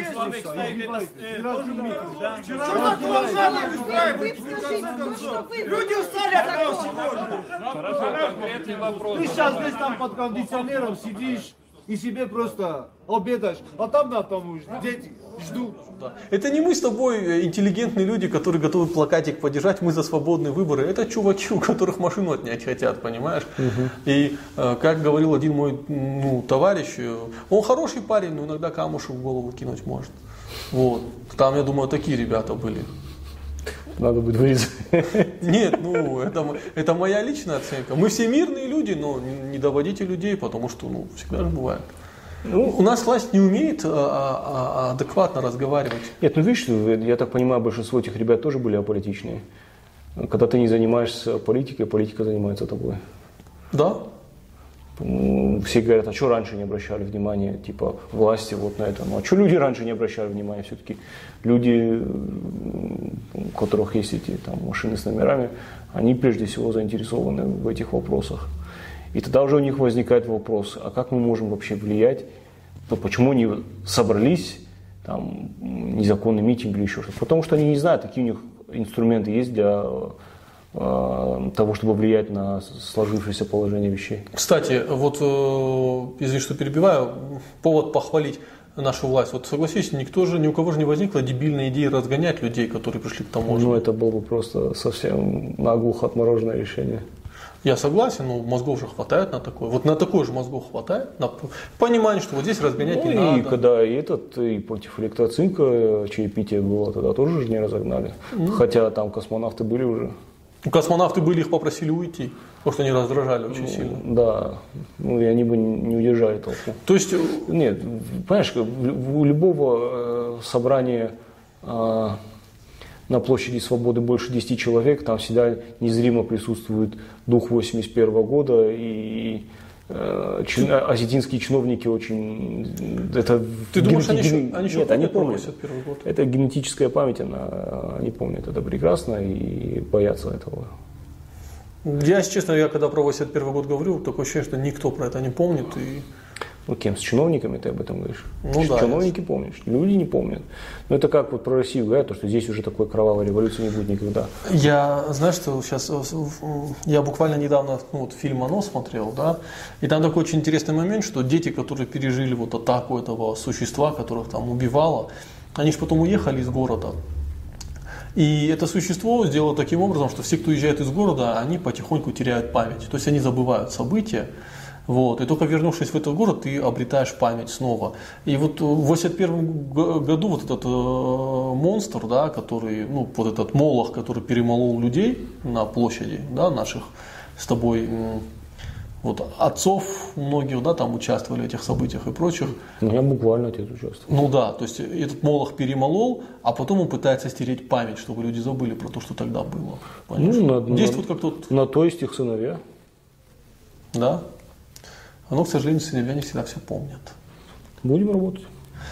люди устали от этого. Хорошо, конкретный вопрос. Ты сейчас здесь там под кондиционером сидишь и себе просто обедаешь, а там на тому дети ждут. Да. Это не мы с тобой интеллигентные люди, которые готовы плакатик поддержать, мы за свободные выборы. Это чуваки, у которых машину отнять хотят, понимаешь? Угу. И как говорил один мой ну, товарищ, он хороший парень, но иногда камушек в голову кинуть может. Вот. Там, я думаю, такие ребята были. Надо будет вырезать. Нет, ну это, это моя личная оценка. Мы все мирные люди, но не доводите людей, потому что ну, всегда же бывает. Ну, у нас власть не умеет а, а, адекватно разговаривать. Нет, ну видишь, я так понимаю, большинство этих ребят тоже были аполитичные. Когда ты не занимаешься политикой, политика занимается тобой. Да. Все говорят, а что раньше не обращали внимания, типа, власти вот на это. Ну, а что люди раньше не обращали внимания? Все-таки люди, у которых есть эти там, машины с номерами, они прежде всего заинтересованы в этих вопросах. И тогда уже у них возникает вопрос, а как мы можем вообще влиять, ну, почему они собрались, там, незаконный митинг или еще что-то. Потому что они не знают, какие у них инструменты есть для э, того, чтобы влиять на сложившееся положение вещей. Кстати, вот, э, извини, что перебиваю, повод похвалить нашу власть. Вот согласись, никто же, ни у кого же не возникла дебильная идея разгонять людей, которые пришли к таможне. Ну, это было бы просто совсем наглухо отмороженное решение. Я согласен, но мозгов же хватает на такое. Вот на такое же мозгов хватает, на понимание, что вот здесь разгонять ну, не и надо. И когда и этот, и против электроцинка чаепитие было, тогда тоже же не разогнали. Mm. Хотя там космонавты были уже. Космонавты были, их попросили уйти, потому что они раздражали очень ну, сильно. Да, ну и они бы не удержали толпу. То есть... Нет, понимаешь, у любого собрания... на площади Свободы больше десяти человек, там всегда незримо присутствует дух восемьдесят первого года, и э, чин, осетинские чиновники очень... Это Ты думаешь, ген, они, ген, еще, они еще нет, помнят они помнят. восемьдесят первый год? Это генетическая память, она, они помнят это прекрасно и боятся этого. Я, если честно, я когда про восемьдесят первый год говорю, такое ощущение, что никто про это не помнит. И... Ну, кем? С чиновниками ты об этом говоришь? Ну, да, чиновники я... помнишь, люди не помнят. Но это как вот про Россию говорят, то, что здесь уже такой кровавой революции не будет никогда. Я, знаешь, что сейчас, я буквально недавно ну, вот, фильм «Оно» смотрел, да, и там такой очень интересный момент, что дети, которые пережили вот атаку этого существа, которых там убивало, они же потом уехали из города. И это существо сделало таким образом, что все, кто уезжает из города, они потихоньку теряют память. То есть они забывают события. Вот. И только вернувшись в этот город, ты обретаешь память снова. И вот в восемьдесят первом году вот этот э, монстр, да, который, ну, вот этот молох, который перемолол людей на площади, да, наших с тобой э, вот, отцов многих, да, там участвовали в этих событиях и прочих. Ну, я буквально отец участвовал. Ну да, то есть этот молох перемолол, а потом он пытается стереть память, чтобы люди забыли про то, что тогда было. Ну, на, Действует на, как тот... на то есть их сыновья. Да. Но, к сожалению, сыновья не всегда все помнят. Будем работать.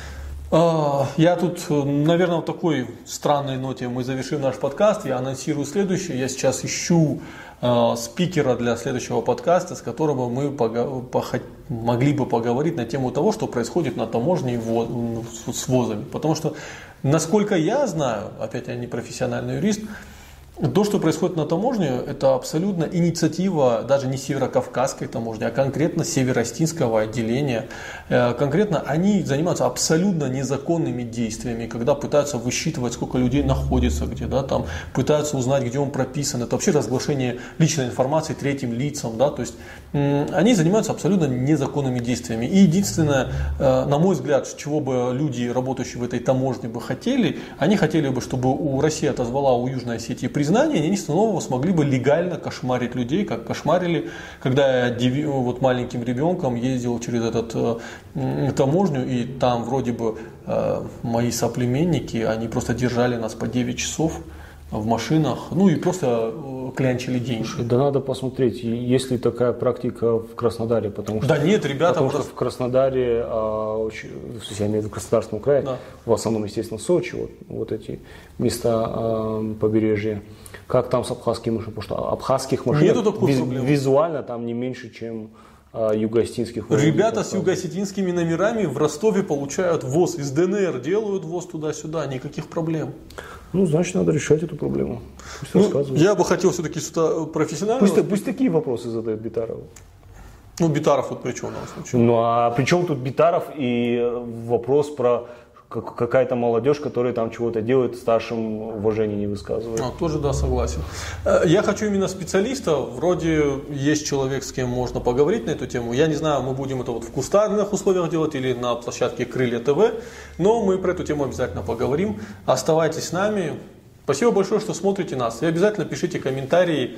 Я тут, наверное, в такой странной ноте мы завершим наш подкаст. Я анонсирую следующее. Я сейчас ищу э, спикера для следующего подкаста, с которым мы пога- похот- могли бы поговорить на тему того, что происходит на таможне во- с ВОЗами. Потому что, насколько я знаю, опять я не профессиональный юрист, то, что происходит на таможне, это абсолютно инициатива даже не северокавказской таможни, а конкретно северо-остинского отделения. Конкретно они занимаются абсолютно незаконными действиями, когда пытаются высчитывать, сколько людей находится где, да, там, пытаются узнать, где он прописан. Это вообще разглашение личной информации третьим лицам. Да, то есть они занимаются абсолютно незаконными действиями. И единственное, на мой взгляд, чего бы люди, работающие в этой таможне, бы хотели, они хотели бы, чтобы у России отозвала у Южной Осетии признание, они снова смогли бы легально кошмарить людей, как кошмарили, когда я вот маленьким ребенком ездил через этот э, таможню, и там вроде бы э, мои соплеменники, они просто держали нас по девять часов в машинах, ну и просто э, клянчили деньги. Да надо посмотреть, есть ли такая практика в Краснодаре, потому что, да нет, ребята, потому просто... что в Краснодаре, а, очень, я имею в виду в Краснодарском крае, да. В основном, естественно, Сочи, вот, вот эти места а, побережья, как там с абхазскими машинами, потому что абхазских машин виз, визуально там не меньше, чем а, юго-осетинских. Ребята с юго-осетинскими номерами в Ростове получают ВОЗ, из ДНР делают ВОЗ туда-сюда, никаких проблем. Ну, значит, надо решать эту проблему. Пусть ну, рассказывают. Я бы хотел все-таки сюда профессионально... Пусть, пусть такие вопросы задает Битаров. Ну, Битаров вот при чем в данном случае? Ну, а при чем тут Битаров и вопрос про какая-то молодежь, которая там чего-то делает, старшим уважения не высказывает. А, тоже, да, согласен. Я хочу именно специалиста, вроде есть человек, с кем можно поговорить на эту тему. Я не знаю, мы будем это вот в кустарных условиях делать или на площадке Крылья ТВ, но мы про эту тему обязательно поговорим. Оставайтесь с нами. Спасибо большое, что смотрите нас. И обязательно пишите комментарии.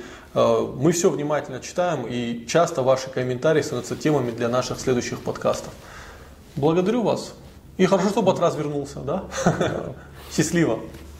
Мы все внимательно читаем, и часто ваши комментарии становятся темами для наших следующих подкастов. Благодарю вас. И хорошо, что Батраз вернулся, да? Счастливо.